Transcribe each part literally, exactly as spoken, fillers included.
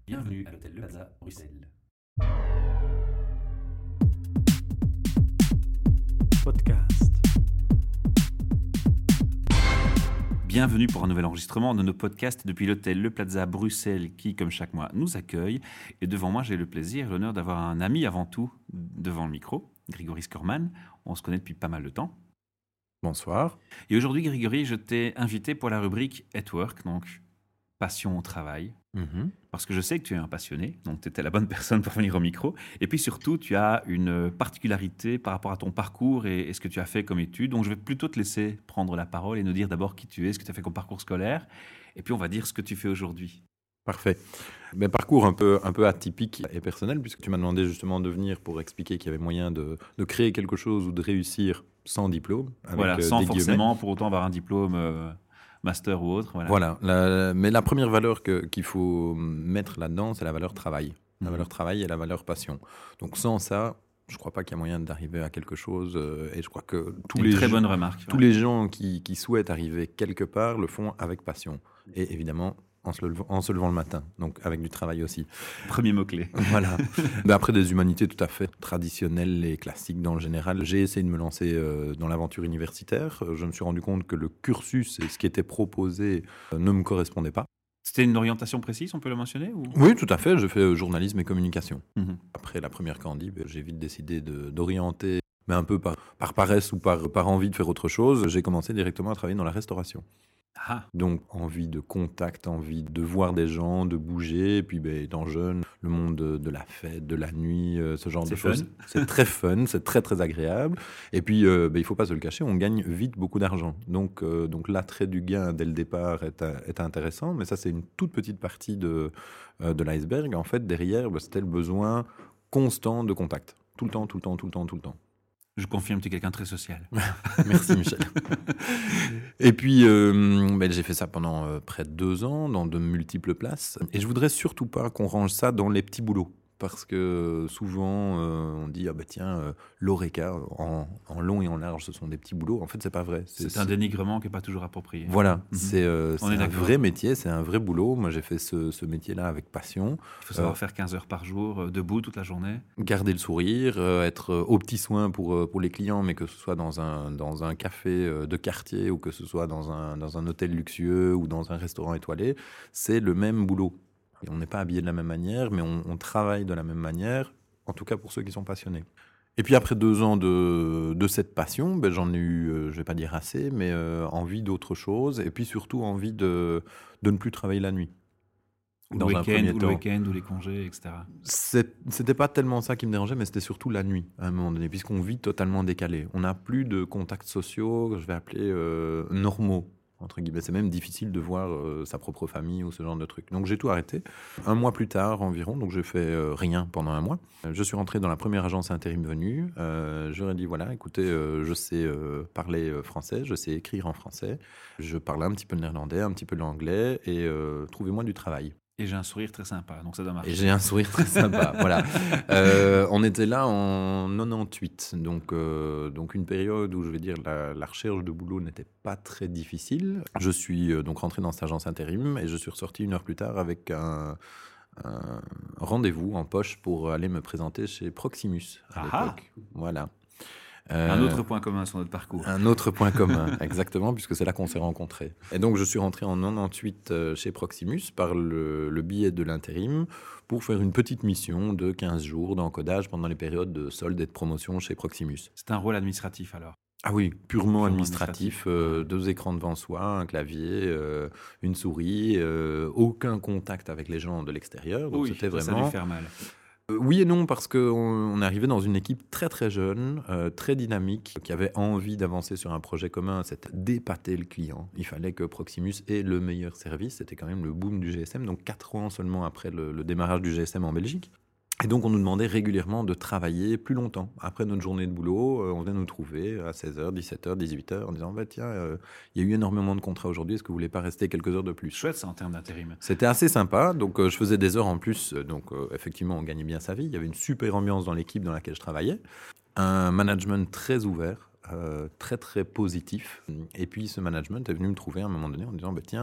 Bienvenue à l'hôtel Le Plaza, Bruxelles. Podcast. Bienvenue pour un nouvel enregistrement de nos podcasts depuis l'hôtel Le Plaza, Bruxelles, qui, comme chaque mois, nous accueille. Et devant moi, j'ai le plaisir et l'honneur d'avoir un ami avant tout devant le micro, Grégory Skorman. On se connaît depuis pas mal de temps. Bonsoir. Et aujourd'hui, Grégory, je t'ai invité pour la rubrique At Work, donc passion au travail. Mhm. Parce que je sais que tu es un passionné, donc tu étais la bonne personne pour venir au micro. Et puis surtout, tu as une particularité par rapport à ton parcours et, et ce que tu as fait comme études. Donc je vais plutôt te laisser prendre la parole et nous dire d'abord qui tu es, ce que tu as fait comme parcours scolaire. Et puis on va dire ce que tu fais aujourd'hui. Parfait. Mais parcours un peu, un peu atypique et personnel, puisque tu m'as demandé justement de venir pour expliquer qu'il y avait moyen de, de créer quelque chose ou de réussir sans diplôme. Avec Voilà, euh, sans des forcément guillemets. pour autant avoir un diplôme euh, master ou autre. Voilà. Voilà. La- mais la première valeur que- qu'il faut mettre là-dedans, c'est la valeur travail. La Mhm. valeur travail et la valeur passion. Donc sans ça, je ne crois pas qu'il y a moyen d'arriver à quelque chose. euh, et je crois que tous Une les très gens- bonne remarque. Tous les gens qui, qui souhaitent arriver quelque part le font avec passion. Et évidemment, en se, levant, en se levant le matin, donc avec du travail aussi. Premier mot-clé. Voilà. Mais après, des humanités tout à fait traditionnelles et classiques dans le général, j'ai essayé de me lancer euh, dans l'aventure universitaire. Je me suis rendu compte que le cursus et ce qui était proposé euh, ne me correspondait pas. C'était une orientation précise, on peut le mentionner ou... Oui, tout à fait. Je fais euh, journalisme et communication. Mhm. Après la première candid, ben, j'ai vite décidé de- d'orienter, mais un peu par, par paresse ou par, par envie de faire autre chose. J'ai commencé directement à travailler dans la restauration. Ah, Donc, envie de contact, envie de voir des gens, de bouger. Et puis, ben, étant jeune, le monde de, de la fête, de la nuit, euh, ce genre C'est de choses, fun. c'est très fun, c'est très, très agréable. Et puis, euh, ben, il ne faut pas se le cacher, on gagne vite beaucoup d'argent. Donc, euh, donc l'attrait du gain dès le départ est, est intéressant. Mais ça, c'est une toute petite partie de, euh, de l'iceberg. En fait, derrière, ben, c'était le besoin constant de contact. Tout le temps, tout le temps, tout le temps, tout le temps. je confirme, tu es quelqu'un de très social. Merci Michel. Et puis, euh, ben, j'ai fait ça pendant euh, près de deux ans, dans de multiples places. Et je voudrais surtout pas qu'on range ça dans les petits boulots. Parce que souvent, euh, on dit, ah bah tiens, euh, l'Horeca, en, en long et en large, ce sont des petits boulots. En fait, c'est pas vrai. C'est un dénigrement qui n'est pas toujours approprié. Voilà, Mhm. c'est euh, On c'est est un d'accord. vrai métier, c'est un vrai boulot. Moi, j'ai fait ce, ce métier-là avec passion. Il faut savoir Euh, faire quinze heures par jour, euh, debout toute la journée. Garder le sourire, euh, être euh, aux petits soins pour, euh, pour les clients, mais que ce soit dans un, dans un café euh, de quartier ou que ce soit dans un, dans un hôtel luxueux ou dans un restaurant étoilé, c'est le même boulot. Et on n'est pas habillé de la même manière, mais on, on travaille de la même manière, en tout cas pour ceux qui sont passionnés. Et puis après deux ans de, de cette passion, ben j'en ai eu, euh, je ne vais pas dire assez, mais euh, envie d'autre chose, et puis surtout envie de, de ne plus travailler la nuit. Ou Dans le un week-end, premier ou le temps. week-end, ou les congés, et cetera. C'est- C'était pas tellement ça qui me dérangeait, mais c'était surtout la nuit, à un moment donné, puisqu'on vit totalement décalé. On n'a plus de contacts sociaux, que je vais appeler euh, normaux, entre guillemets. C'est même difficile de voir euh, sa propre famille ou ce genre de trucs. Donc j'ai tout arrêté. Un mois plus tard environ, donc j'ai fait euh, rien pendant un mois. Euh, Je suis rentré dans la première agence intérim venue. Euh, je leur ai dit, voilà, écoutez, euh, je sais euh, parler euh, français, je sais écrire en français, je parle un petit peu le néerlandais, un petit peu l'anglais, et euh, trouvez-moi du travail. Et j'ai un sourire très sympa, donc ça doit Et marcher. j'ai un sourire très sympa, voilà. Euh, on était là en quatre-vingt-dix-huit, donc, euh, donc une période où je vais dire la, la recherche de boulot n'était pas très difficile. Je suis euh, donc rentré dans cette agence intérim et je suis ressorti une heure plus tard avec un, un rendez-vous en poche pour aller me présenter chez Proximus à Ah l'époque. Voilà. Un Euh, autre point commun sur notre parcours. un autre point commun, exactement, puisque c'est là qu'on s'est rencontrés. Et donc, je suis rentré en quatre-vingt-dix-huit euh, chez Proximus par le, le biais de l'intérim pour faire une petite mission de quinze jours d'encodage pendant les périodes de solde et de promotion chez Proximus. C'est un rôle administratif alors. Ah oui, purement, Purement administratif, administratif. euh, deux écrans devant soi, un clavier, euh, une souris, euh, aucun contact avec les gens de l'extérieur. Donc, Oui, c'était ça, ça a dû vraiment... faire mal. Euh, Oui et non, parce qu'on on est arrivé dans une équipe très très jeune, euh, très dynamique, qui avait envie d'avancer sur un projet commun, c'était d'épater le client. Il fallait que Proximus ait le meilleur service, c'était quand même le boom du G S M, donc quatre ans seulement après le, le démarrage du G S M en Belgique. Et donc on nous demandait régulièrement de travailler plus longtemps. Après notre journée de boulot, euh, on venait nous trouver à seize heures, dix-sept heures, dix-huit heures en disant bah, « Tiens, euh, il y a eu énormément de contrats aujourd'hui, est-ce que vous voulez pas rester quelques heures de plus ?» Chouette ça en termes d'intérim. C'était assez sympa, donc euh, je faisais des heures en plus, euh, donc euh, effectivement on gagnait bien sa vie, il y avait une super ambiance dans l'équipe dans laquelle je travaillais, un management très ouvert, euh, très très positif, et puis ce management est venu me trouver à un moment donné en disant bah, « Tiens,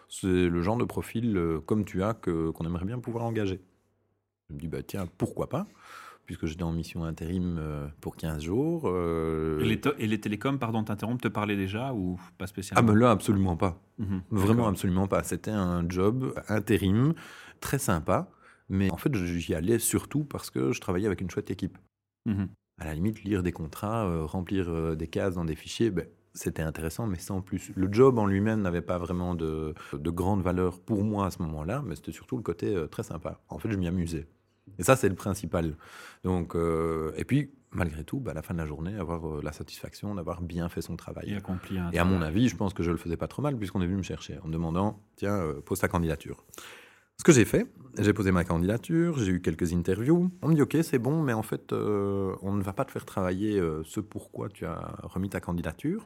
c'est le genre de profil euh, comme tu as que, qu'on aimerait bien pouvoir engager. Je me dis, bah, tiens, pourquoi pas, puisque j'étais en mission intérim euh, pour quinze jours. euh, Et les, to- et les télécoms, pardon de t'interrompre, te parlaient déjà ou pas Ah spécialement? ben là, absolument pas. Mhm, Vraiment d'accord. absolument pas. C'était un job intérim, très sympa, mais en fait, j'y allais surtout parce que je travaillais avec une chouette équipe. Mhm. À la limite, lire des contrats, euh, remplir euh, des cases dans des fichiers, ben, c'était intéressant, mais sans plus. Le job en lui-même n'avait pas vraiment de, de grande valeur pour moi à ce moment-là, mais c'était surtout le côté euh, très sympa. En fait, je m'y amusais. Et ça, c'est le principal. Donc, euh, et puis, malgré tout, ben, à la fin de la journée, avoir euh, la satisfaction d'avoir bien fait son Et travail. accompli un Et à mon travail. avis, je pense que je le faisais pas trop mal, puisqu'on est venu me chercher en me demandant, tiens, euh, pose ta candidature. Ce que j'ai fait, j'ai posé ma candidature, j'ai eu quelques interviews. On me dit, ok, c'est bon, mais en fait, euh, on ne va pas te faire travailler euh, ce pourquoi tu as remis ta candidature.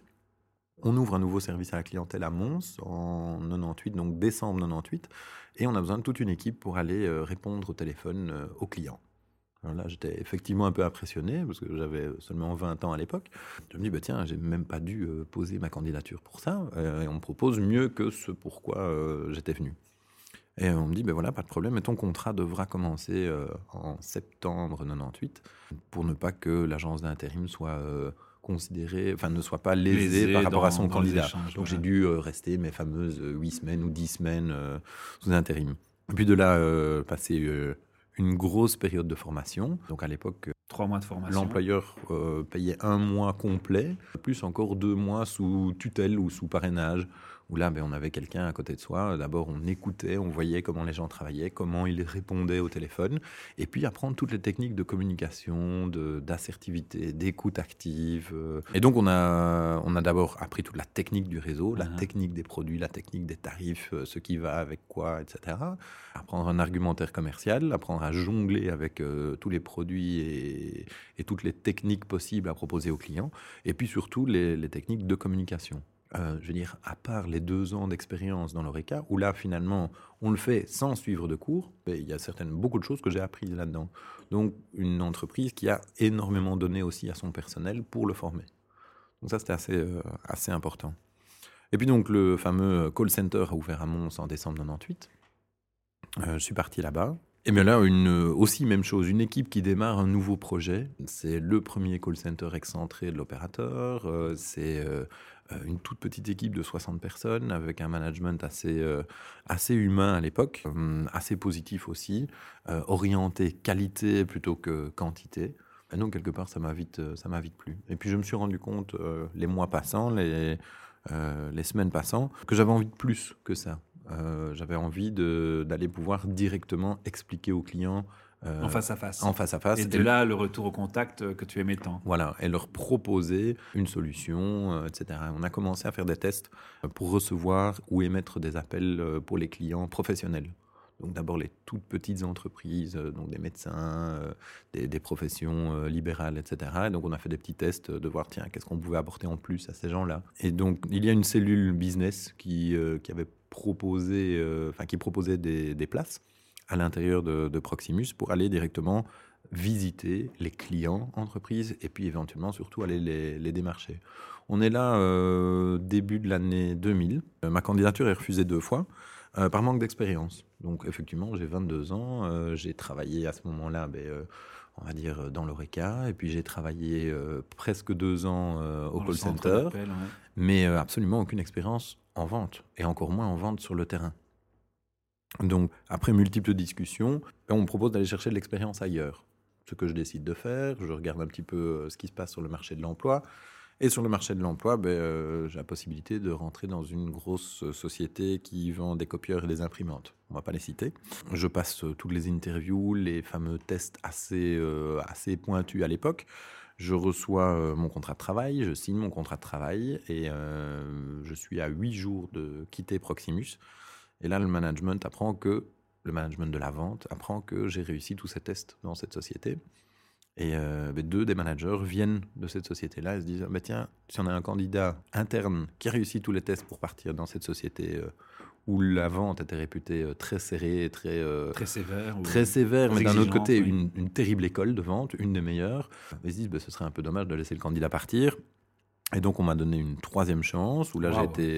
On ouvre un nouveau service à la clientèle à Mons en quatre-vingt-dix-huit, donc décembre quatre-vingt-dix-huit, et on a besoin de toute une équipe pour aller euh, répondre au téléphone euh, aux clients. Alors là, j'étais effectivement un peu impressionné, parce que j'avais seulement vingt ans à l'époque. Je me dis, bah, tiens, j'ai même pas dû euh, poser ma candidature pour ça, euh, et on me propose mieux que ce pourquoi euh, j'étais venu. Et on me dit, ben voilà, pas de problème, mais ton contrat devra commencer euh, en septembre quatre-vingt-dix-huit pour ne pas que l'agence d'intérim soit euh, considérée, enfin ne soit pas lésée Lésé par rapport à dans- son dans les candidat. échanges, Donc voilà. j'ai dû euh, rester mes fameuses huit semaines ou dix semaines euh, sous intérim. Et puis de là, euh, passer euh, une grosse période de formation. Donc à l'époque, Trois mois de formation. l'employeur euh, payait un mois complet, plus encore deux mois sous tutelle ou sous parrainage, où là, ben, on avait quelqu'un à côté de soi. D'abord, on écoutait, on voyait comment les gens travaillaient, comment ils répondaient au téléphone, et puis apprendre toutes les techniques de communication, de, d'assertivité, d'écoute active. euh. Et donc, on a, on a d'abord appris toute la technique du réseau, la Mhm. technique des produits, la technique des tarifs, euh, ce qui va avec quoi, et cetera. Apprendre un argumentaire commercial, apprendre à jongler avec euh, tous les produits et, et toutes les techniques possibles à proposer aux clients, et puis surtout les, les techniques de communication. Euh, je veux dire, à part les deux ans d'expérience dans l'Oreca, où là, finalement, on le fait sans suivre de cours, mais il y a certainement beaucoup de choses que j'ai apprises là-dedans. Donc, une entreprise qui a énormément donné aussi à son personnel pour le former. Donc ça, c'était assez, euh, assez important. Et puis donc, le fameux call center a ouvert à Mons en décembre quatre-vingt-dix-huit. Euh, je suis parti là-bas. Et bien là, une, aussi même chose, une équipe qui démarre un nouveau projet. C'est le premier call center excentré de l'opérateur. Euh, c'est euh, une toute petite équipe de soixante personnes avec un management assez, euh, assez humain à l'époque, euh, assez positif aussi, euh, orienté qualité plutôt que quantité. Et donc, quelque part, ça m'a vite, ça m'a vite plu. Et puis, je me suis rendu compte, euh, les mois passant, les, euh, les semaines passant, que j'avais envie de plus que ça. Euh, j'avais envie de, d'aller pouvoir directement expliquer aux clients euh, En face à face. en face à face. Et de là, le retour au contact euh, que tu aimais tant. Voilà, et leur proposer une solution, euh, et cetera. On a commencé à faire des tests euh, pour recevoir ou émettre des appels euh, pour les clients professionnels. Donc d'abord les toutes petites entreprises, euh, donc des médecins, euh, des, des professions euh, libérales, et cetera. Et donc on a fait des petits tests de voir, tiens, qu'est-ce qu'on pouvait apporter en plus à ces gens-là. Et donc il y a une cellule business qui, euh, qui avait proposé, euh, enfin qui proposait des, des places à l'intérieur de, de Proximus pour aller directement visiter les clients entreprises et puis éventuellement surtout aller les, les démarcher. On est là euh, début de l'année deux mille. Euh, ma candidature est refusée deux fois euh, par manque d'expérience. Donc effectivement, j'ai vingt-deux ans, euh, j'ai travaillé à ce moment-là, ben, euh, on va dire dans l'Oreca, et puis j'ai travaillé euh, presque deux ans euh, au Dans le call centre center, d'appel, ouais. mais euh, absolument aucune expérience en vente, et encore moins en vente sur le terrain. Donc, après multiples discussions, on me propose d'aller chercher de l'expérience ailleurs. Ce que je décide de faire, je regarde un petit peu euh, ce qui se passe sur le marché de l'emploi. Et sur le marché de l'emploi, ben, euh, j'ai la possibilité de rentrer dans une grosse société qui vend des copieurs et des imprimantes. On ne va pas les citer. Je passe euh, toutes les interviews, les fameux tests assez, euh, assez pointus à l'époque. Je reçois euh, mon contrat de travail, je signe mon contrat de travail et euh, je suis à huit jours de quitter Proximus. Et là, le management apprend que, le management de la vente apprend que j'ai réussi tous ces tests dans cette société. Et euh, ben, deux des managers viennent de cette société-là et se disent, bah, tiens, si on a un candidat interne qui a réussi tous les tests pour partir dans cette société euh, où la vente était réputée euh, très serrée, très, euh, Très sévère. ou- très sévère, très mais d'un autre exigeante, côté, oui. une, une terrible école de vente, une des meilleures. Ils se disent, bah, ce serait un peu dommage de laisser le candidat partir. Et donc, on m'a donné une troisième chance où là, Wow. j'ai été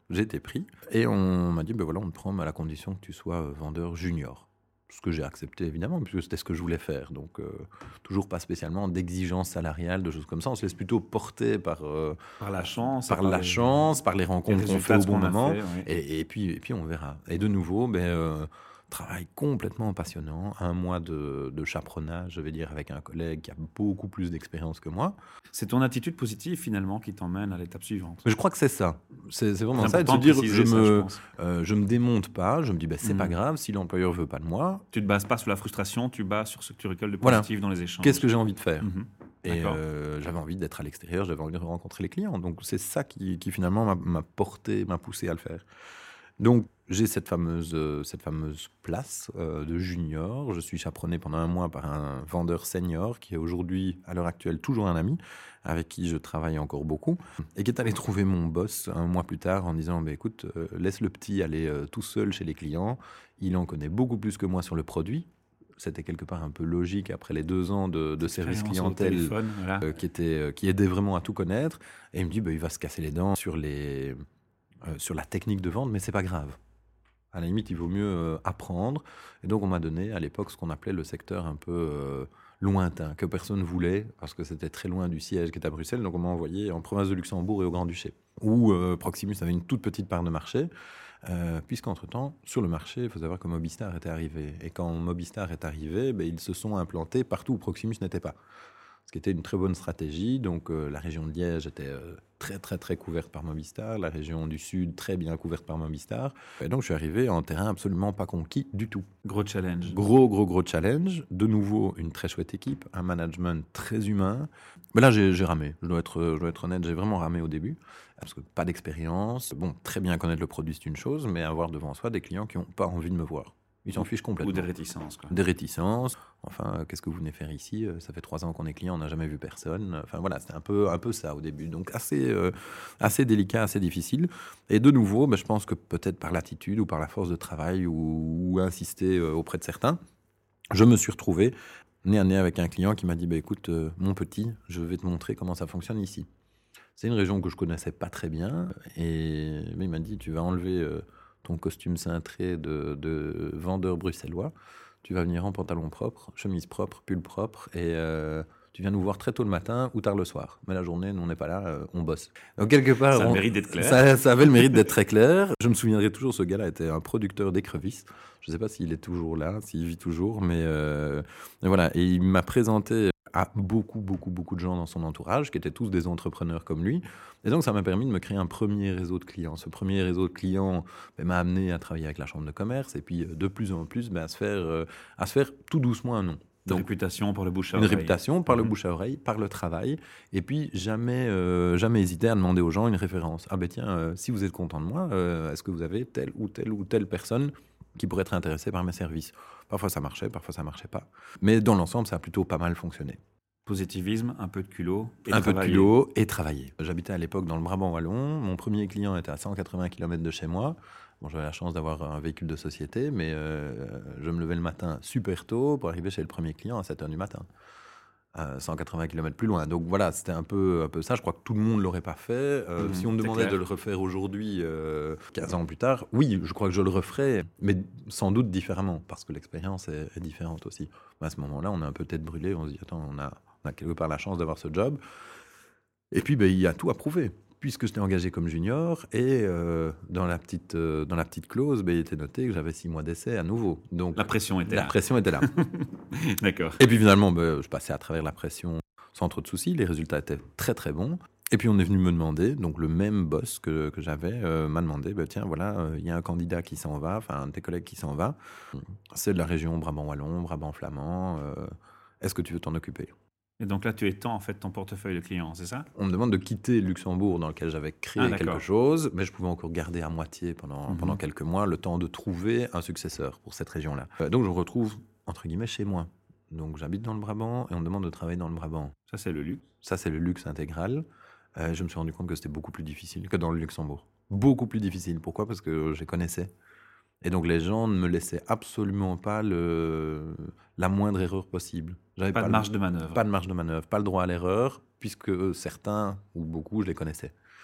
J'ai été pris et on m'a dit, ben voilà, on te prend mais à la condition que tu sois euh, vendeur junior. Ce que j'ai accepté évidemment, puisque c'était ce que je voulais faire. Donc, euh, toujours pas spécialement d'exigence salariale, de choses comme ça. On se laisse plutôt porter par, euh, Par la chance, par par la les, chance, par les les rencontres qu'on fait résultats de au ce bon qu'on a moment. fait. Oui. Et, et puis, et puis, on verra. Et de nouveau, ben, euh, travail complètement passionnant. Un mois de, de chaperonnage, je vais dire, avec un collègue qui a beaucoup plus d'expérience que moi. C'est ton attitude positive finalement qui t'emmène à l'étape suivante. Mais je crois que c'est ça. C'est, c'est vraiment C'est ça. Et de se important de dire, préciser je ça, je me, pense. euh, je me démonte pas. Je me dis, ben, c'est Mhm. pas grave. Si l'employeur veut pas de moi, Tu te bases pas sur la frustration, tu bases sur ce que tu récoltes de Voilà. positif dans les échanges. qu'est-ce que j'ai envie de faire Mhm. Et D'accord. euh, j'avais envie d'être à l'extérieur, j'avais envie de rencontrer les clients. Donc c'est ça qui, qui finalement m'a, m'a porté, m'a poussé à le faire. Donc j'ai cette fameuse, euh, cette fameuse place euh, de junior. Je suis chaperonné pendant un mois par un vendeur senior qui est aujourd'hui, à l'heure actuelle, toujours un ami avec qui je travaille encore beaucoup et qui est allé trouver mon boss un mois plus tard en disant bah, écoute, euh, laisse le petit aller euh, tout seul chez les clients. Il en connaît beaucoup plus que moi sur le produit. C'était quelque part un peu logique après les deux ans de, de service Expérience au clientèle téléphone, voilà. euh, qui, était, euh, qui aidait vraiment à tout connaître. Et il me dit, bah, il va se casser les dents sur, les, euh, sur la technique de vente, mais c'est pas grave. À la limite, il vaut mieux euh, apprendre. Et donc, on m'a donné à l'époque ce qu'on appelait le secteur un peu euh, lointain, que personne ne voulait, parce que c'était très loin du siège qui est à Bruxelles. Donc, on m'a envoyé en province de Luxembourg et au Grand-Duché, où euh, Proximus avait une toute petite part de marché. Euh, puisqu'entre-temps, sur le marché, il faut savoir que Mobistar était arrivé. Et quand Mobistar est arrivé, ben, ils se sont implantés partout où Proximus n'était pas. Ce qui était une très bonne stratégie. Donc euh, la région de Liège était euh, très très très couverte par Mobistar, la région du Sud très bien couverte par Mobistar. Et donc je suis arrivé en terrain absolument pas conquis du tout. Gros challenge. Gros gros gros challenge. De nouveau une très chouette équipe, un management très humain. Mais là j'ai, j'ai ramé, je dois, être, je dois être honnête, j'ai vraiment ramé au début. Parce que pas d'expérience. Bon, très bien connaître le produit c'est une chose, mais avoir devant soi des clients qui n'ont pas envie de me voir. Ils s'en fichent complètement. Ou des réticences. Quoi. Des réticences. Enfin, euh, qu'est-ce que vous venez faire ici euh, Ça fait trois ans qu'on est client, on n'a jamais vu personne. Enfin voilà, c'était un peu, un peu ça au début. Donc assez, euh, assez délicat, assez difficile. Et de nouveau, ben, je pense que peut-être par l'attitude ou par la force de travail ou, ou insister euh, auprès de certains, je me suis retrouvé nez à nez avec un client qui m'a dit bah, écoute, euh, mon petit, je vais te montrer comment ça fonctionne ici. C'est une région que je connaissais pas très bien. Et mais il m'a dit tu vas enlever euh, ton costume cintré de, de vendeur bruxellois. Tu vas venir en pantalon propre, chemise propre, pull propre, et euh, tu viens nous voir très tôt le matin ou tard le soir. Mais la journée, nous, on n'est pas là, euh, on bosse. Donc, quelque part, Ça a le on- mérite d'être clair. Ça, ça avait le mérite d'être très clair. Je me souviendrai toujours, ce gars-là était un producteur d'écrevisses. Je ne sais pas s'il est toujours là, s'il vit toujours, mais, euh, mais voilà. Et il m'a présenté à beaucoup, beaucoup, beaucoup de gens dans son entourage, qui étaient tous des entrepreneurs comme lui. Et donc, ça m'a permis de me créer un premier réseau de clients. Ce premier réseau de clients ben, m'a amené à travailler avec la chambre de commerce, et puis euh, de plus en plus, ben, à, se faire, euh, à se faire tout doucement un nom. Une réputation par le bouche à Une oreille. réputation par le Mhm. bouche à oreille, par le travail, et puis jamais, euh, jamais hésiter à demander aux gens une référence. Ah ben tiens, euh, si vous êtes content de moi, euh, est-ce que vous avez telle ou telle ou telle personne qui pourrait être intéressée par mes services? Parfois ça marchait, parfois ça marchait pas. Mais dans l'ensemble, ça a plutôt pas mal fonctionné. Positivisme, un peu de culot. Et Un peu de travailler. culot et travailler. J'habitais à l'époque dans le Brabant wallon. Mon premier client était à cent quatre-vingts kilomètres de chez moi. Bon, j'avais la chance d'avoir un véhicule de société, mais euh, je me levais le matin super tôt pour arriver chez le premier client à sept heures du matin. À cent quatre-vingts kilomètres plus loin. Donc voilà, c'était un peu, un peu ça. Je crois que tout le monde ne l'aurait pas fait. Euh, Mhm, si on me c'est demandait clair. de le refaire aujourd'hui, euh, quinze ans plus tard, oui, je crois que je le referais, mais sans doute différemment, parce que l'expérience est, est différente aussi. À ce moment-là, on est un peu tête brûlée. On se dit, attends, on a, on a quelque part la chance d'avoir ce job. Et puis, ben, il y a tout à prouver, puisque j'étais engagé comme junior. Et euh, dans, la petite, euh, dans la petite clause, ben, il était noté que j'avais six mois d'essai à nouveau. Donc, La pression était la là. pression était là. D'accord. Et puis finalement, ben, je passais à travers la pression sans trop de soucis. Les résultats étaient très très bons. Et puis on est venu me demander, donc le même boss que, que j'avais euh, m'a demandé, ben, tiens voilà, il euh, y a un candidat qui s'en va, enfin un de tes collègues qui s'en va. C'est de la région Brabant-Wallon, Brabant-Flamand. Euh, est-ce que tu veux t'en occuper? Et donc là, tu étends en fait ton portefeuille de clients, c'est ça? On me demande de quitter le Luxembourg dans lequel j'avais créé Ah, d'accord. quelque chose, mais je pouvais encore garder à moitié pendant, Mhm. pendant quelques mois le temps de trouver un successeur pour cette région-là. Euh, donc je me retrouve, entre guillemets, chez moi. Donc j'habite dans le Brabant et on me demande de travailler dans le Brabant. Ça, c'est le luxe. Ça, c'est le luxe intégral. Euh, je me suis rendu compte que c'était beaucoup plus difficile que dans le Luxembourg. Beaucoup plus difficile. Pourquoi? Parce que je les connaissais. Et donc les gens ne me laissaient absolument pas le... la moindre erreur possible. J'avais Pas de le- marge de manœuvre. Pas de marge de manœuvre, pas le droit à l'erreur, puisque euh, certains, ou beaucoup, je les connaissais.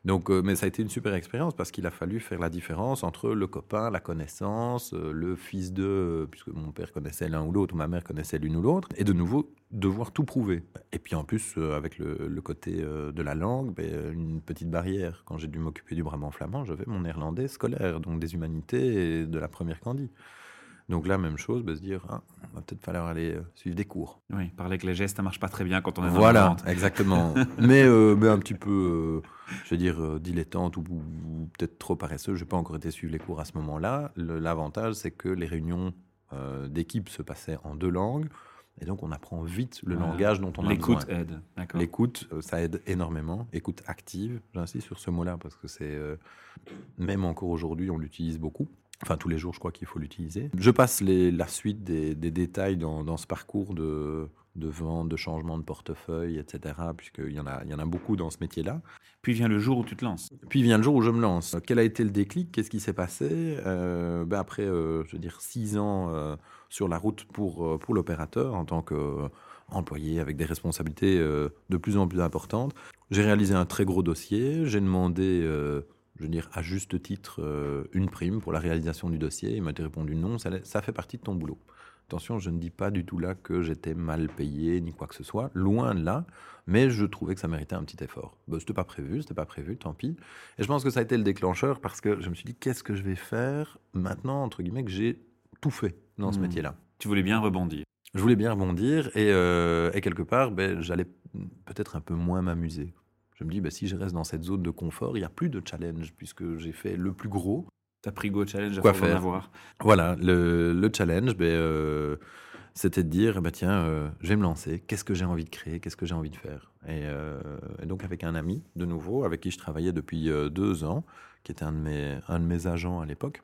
Donc, euh, mais ça a été une super expérience parce qu'il a fallu faire la différence entre le copain, la connaissance, euh, le fils de, euh, puisque mon père connaissait l'un ou l'autre, ou ma mère connaissait l'une ou l'autre, et de nouveau devoir tout prouver. Et puis en plus, euh, avec le, le côté euh, de la langue, ben, une petite barrière. Quand j'ai dû m'occuper du Brabant flamand, j'avais mon néerlandais scolaire, donc des humanités et de la première candie. Donc là, même chose, ben, se dire, ah, va peut-être falloir aller euh, suivre des cours. Oui, parler avec les gestes, ça marche pas très bien quand on est dans la Voilà, vente. exactement. mais, euh, mais un petit peu, euh, je veux dire, euh, dilettante ou, ou peut-être trop paresseux. Je n'ai pas encore été suivre les cours à ce moment-là. Le- L'avantage, c'est que les réunions euh, d'équipe se passaient en deux langues. Et donc, on apprend vite le Voilà. langage dont on a besoin. L'écoute aide, d'accord. L'écoute, euh, ça aide énormément. Écoute active, j'insiste sur ce mot-là parce que c'est, euh, même encore aujourd'hui, on l'utilise beaucoup. Enfin, tous les jours, je crois qu'il faut l'utiliser. Je passe les, la suite des, des détails dans, dans ce parcours de, de vente, de changement de portefeuille, et cetera, puisqu'il y en a, il y en a beaucoup dans ce métier-là. Puis vient le jour où tu te lances. Puis vient le jour où je me lance. Quel a été le déclic? Qu'est-ce qui s'est passé? Euh, ben Après, euh, je veux dire, six ans euh, sur la route pour, euh, pour l'opérateur, en tant qu'employé avec des responsabilités euh, de plus en plus importantes, j'ai réalisé un très gros dossier. J'ai demandé... Euh, je veux dire, à juste titre, euh, une prime pour la réalisation du dossier. Il m'a été répondu non, ça, ça fait partie de ton boulot. Attention, je ne dis pas du tout là que j'étais mal payé, ni quoi que ce soit, loin de là, mais je trouvais que ça méritait un petit effort. Ben, c'était pas prévu, c'était pas prévu, tant pis. Et je pense que ça a été le déclencheur parce que je me suis dit, qu'est-ce que je vais faire maintenant, entre guillemets, que j'ai tout fait dans ce Mmh. métier-là. Tu voulais bien rebondir. Je voulais bien rebondir et, euh, et quelque part, ben, j'allais peut-être un peu moins m'amuser. Je me dis, bah, si je reste dans cette zone de confort, il n'y a plus de challenge puisque j'ai fait le plus gros. T'as pris Go Challenge à Quoi force d'en faire avoir. Voilà, le, le challenge, ben, euh, c'était de dire, bah, tiens, euh, je vais me lancer. Qu'est-ce que j'ai envie de créer? Qu'est-ce que j'ai envie de faire? et, euh, et donc avec un ami, de nouveau, avec qui je travaillais depuis euh, deux ans, qui était un de mes, un de mes agents à l'époque,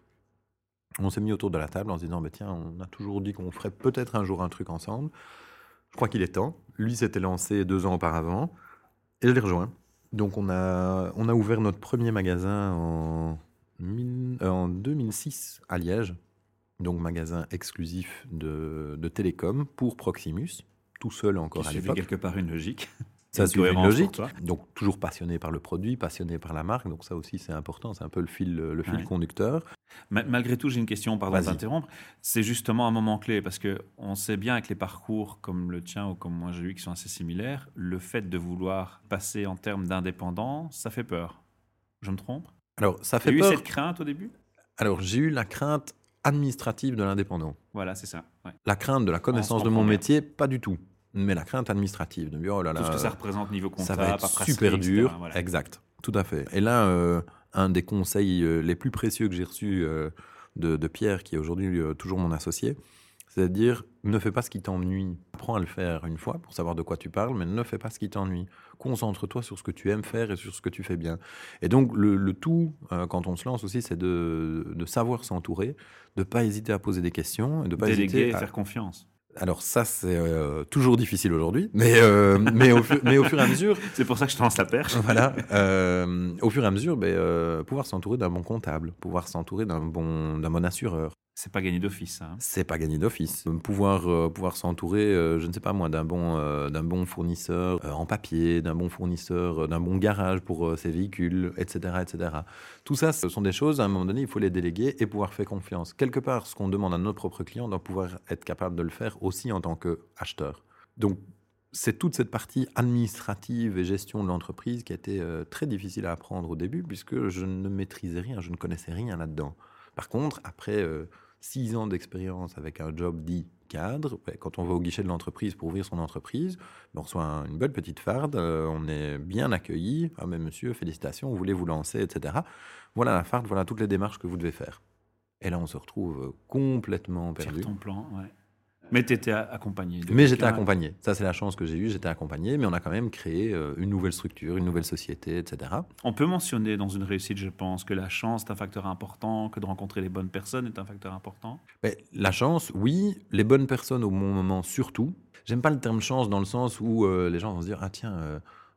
on s'est mis autour de la table en se disant, bah, tiens, on a toujours dit qu'on ferait peut-être un jour un truc ensemble. Je crois qu'il est temps. Lui s'était lancé deux ans auparavant et je l'ai rejoint. Donc on a, on a ouvert notre premier magasin en, mille, euh, en deux mille six à Liège, donc magasin exclusif de, de télécom pour Proximus, tout seul encore Qui à suivait l'époque. quelque part une logique. Ça Une suivait une cohérence pour logique, toi. donc toujours passionné par le produit, passionné par la marque, donc ça aussi c'est important, c'est un peu le fil, le fil Ouais. conducteur. Ma- Malgré tout, j'ai une question, pardon de Vas-y. t'interrompre. C'est justement un moment clé parce que on sait bien avec les parcours comme le tien ou comme moi j'ai eu qui sont assez similaires, le fait de vouloir passer en termes d'indépendant, ça fait peur. Je me trompe? Alors ça Tu as fait eu peur. cette crainte au début? Alors j'ai eu la crainte administrative de l'indépendant. Voilà, c'est ça. Ouais. La crainte de la connaissance se de mon comprend bien. métier, pas du tout. Mais la crainte administrative, de me dire, oh là là, Tout ce que ça représente niveau ça comptable, va être paperasserie, super et cetera, dur. voilà. Exact, tout à fait. Et là, euh, un des conseils euh, les plus précieux que j'ai reçus euh, de, de Pierre, qui est aujourd'hui euh, toujours mon associé, c'est de dire, ne fais pas ce qui t'ennuie. Apprends à le faire une fois pour savoir de quoi tu parles, mais ne fais pas ce qui t'ennuie. Concentre-toi sur ce que tu aimes faire et sur ce que tu fais bien. Et donc, le, le tout, euh, quand on se lance aussi, c'est de, de savoir s'entourer, de ne pas hésiter à poser des questions et de pas Déléguer hésiter et à... faire confiance. Alors ça, c'est euh, toujours difficile aujourd'hui, mais, euh, mais, au fu- mais au fur et à mesure, C'est pour ça que je te lance la perche. voilà, euh, au fur et à mesure, ben, euh, pouvoir s'entourer d'un bon comptable, pouvoir s'entourer d'un bon, d'un bon assureur, C'est pas gagné d'office, ça, hein. c'est pas gagné d'office. Pouvoir, euh, pouvoir s'entourer, euh, je ne sais pas moi, d'un bon, euh, d'un bon fournisseur euh, en papier, d'un bon fournisseur, euh, d'un bon garage pour euh, ses véhicules, et cetera, et cetera. Tout ça, ce sont des choses, à un moment donné, il faut les déléguer et pouvoir faire confiance. Quelque part, ce qu'on demande à notre propre client, on doit pouvoir être capable de le faire aussi en tant qu'acheteur. Donc, c'est toute cette partie administrative et gestion de l'entreprise qui a été euh, très difficile à apprendre au début, puisque je ne maîtrisais rien, je ne connaissais rien là-dedans. Par contre, après euh, six ans d'expérience avec un job dit cadre, ben, quand on va au guichet de l'entreprise pour ouvrir son entreprise, ben, on reçoit un- une belle petite farde, euh, on est bien accueilli. Ah mais monsieur, félicitations, vous voulez vous lancer, et cetera. Voilà la farde, voilà toutes les démarches que vous devez faire. Et là, on se retrouve euh, complètement Faire perdu. ton plan, ouais. Mais tu étais accompagné. de Mais j'étais quelqu'un. accompagné. Ça, c'est la chance que j'ai eue. J'étais accompagné, mais on a quand même créé euh, une nouvelle structure, une nouvelle société, et cetera. On peut mentionner dans une réussite, je pense, que la chance est un facteur important, que de rencontrer les bonnes personnes est un facteur important. Mais la chance, oui. Les bonnes personnes au bon moment, surtout. J'aime pas le terme chance dans le sens où euh, les gens vont se dire, ah tiens, euh,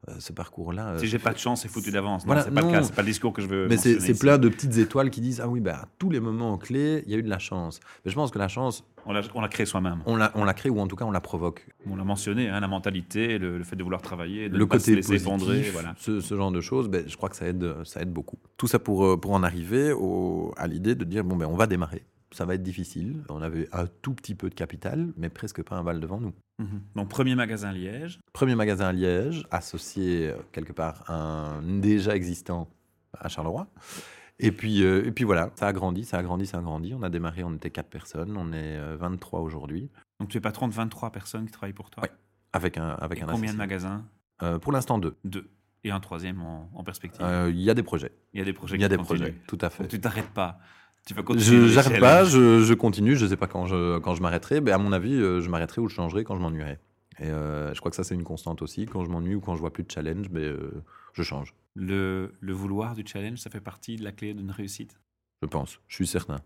euh, ce parcours-là. euh, Si j'ai pas de chance, c'est foutu d'avance. Non, Voilà, c'est pas non. le cas. C'est pas le discours que je veux Mais c'est mentionner c'est ici. plein de petites étoiles qui disent ah oui, bah, à tous les moments clés, il y a eu de la chance. Mais je pense que la chance, On l'a, on l'a créé soi-même. on la, on la crée ou en tout cas on la provoque. On l'a mentionné, hein, la mentalité, le, le fait de vouloir travailler, de Le ne pas se côté laisser positif, effondrer. Voilà. ce, ce genre de choses, ben, je crois que ça aide, ça aide beaucoup. Tout ça pour, euh, pour en arriver au- à l'idée de dire bon ben on va démarrer. Ça va être difficile. On avait un tout petit peu de capital, mais presque pas un val devant nous. Mhm. Donc, premier magasin à Liège. Premier magasin à Liège, associé euh, quelque part à un déjà existant à Charleroi. Et puis, euh, et puis voilà, ça a grandi, ça a grandi, ça a grandi. On a démarré, on était quatre personnes, on est euh, vingt-trois aujourd'hui, Donc, tu es patron de vingt-trois personnes qui travaillent pour toi. Ouais. avec un, avec Et un combien de associé. magasins? Euh, Pour l'instant, deux. Deux. Et un troisième en, en perspective. Euh, Il y a des projets. Il y a des projets Il y a qui des continuent. projets, tout à fait. Donc, tu t'arrêtes pas. Tu vas continuer. Je les n'arrête pas, challenges. je, je continue, je ne sais pas quand je, quand je m'arrêterai, mais à mon avis, euh, je m'arrêterai ou je changerai quand je m'ennuierai. Et euh, je crois que ça, c'est une constante aussi. Quand je m'ennuie ou quand je vois plus de challenge, ben, euh, je change, Le, le vouloir du challenge, ça fait partie de la clé d'une réussite. je pense, je suis certain.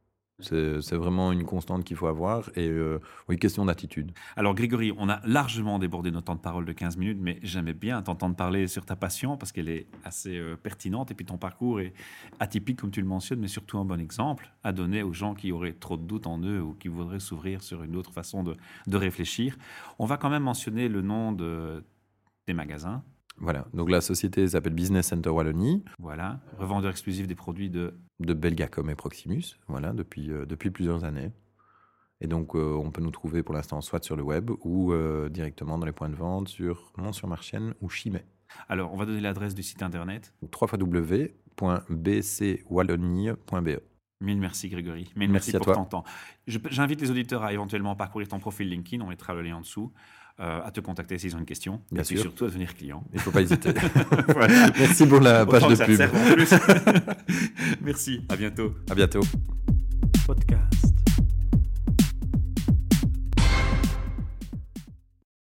C'est c'est vraiment une constante qu'il faut avoir et euh, oui, question d'attitude. Alors Grégory, on a largement débordé notre temps de parole de quinze minutes, mais j'aimais bien t'entendre parler sur ta passion parce qu'elle est assez euh, pertinente et puis ton parcours est atypique comme tu le mentionnes, mais surtout un bon exemple à donner aux gens qui auraient trop de doutes en eux ou qui voudraient s'ouvrir sur une autre façon de, de réfléchir. On va quand même mentionner le nom de, des magasins. Voilà, donc la société s'appelle Business Center Wallonie, Voilà, revendeur exclusif des produits de... de Belgacom et Proximus, voilà, depuis, euh, depuis plusieurs années. Et donc, euh, on peut nous trouver pour l'instant soit sur le web ou euh, directement dans les points de vente sur Mont-sur-Marchienne ou Chimay. Alors, on va donner l'adresse du site internet. Donc, w w w point b c wallonie point b e. Mille merci Grégory, mille Merci merci, à pour toi. ton temps. Je- J'invite les auditeurs à éventuellement parcourir ton profil LinkedIn, on mettra le lien en dessous, euh, à te contacter s'ils ont une question, Bien et puis sûr. surtout à devenir client. Il ne faut pas hésiter. Voilà. Merci pour la page Autant de que ça te pub. serve en plus. Merci, à bientôt. À bientôt.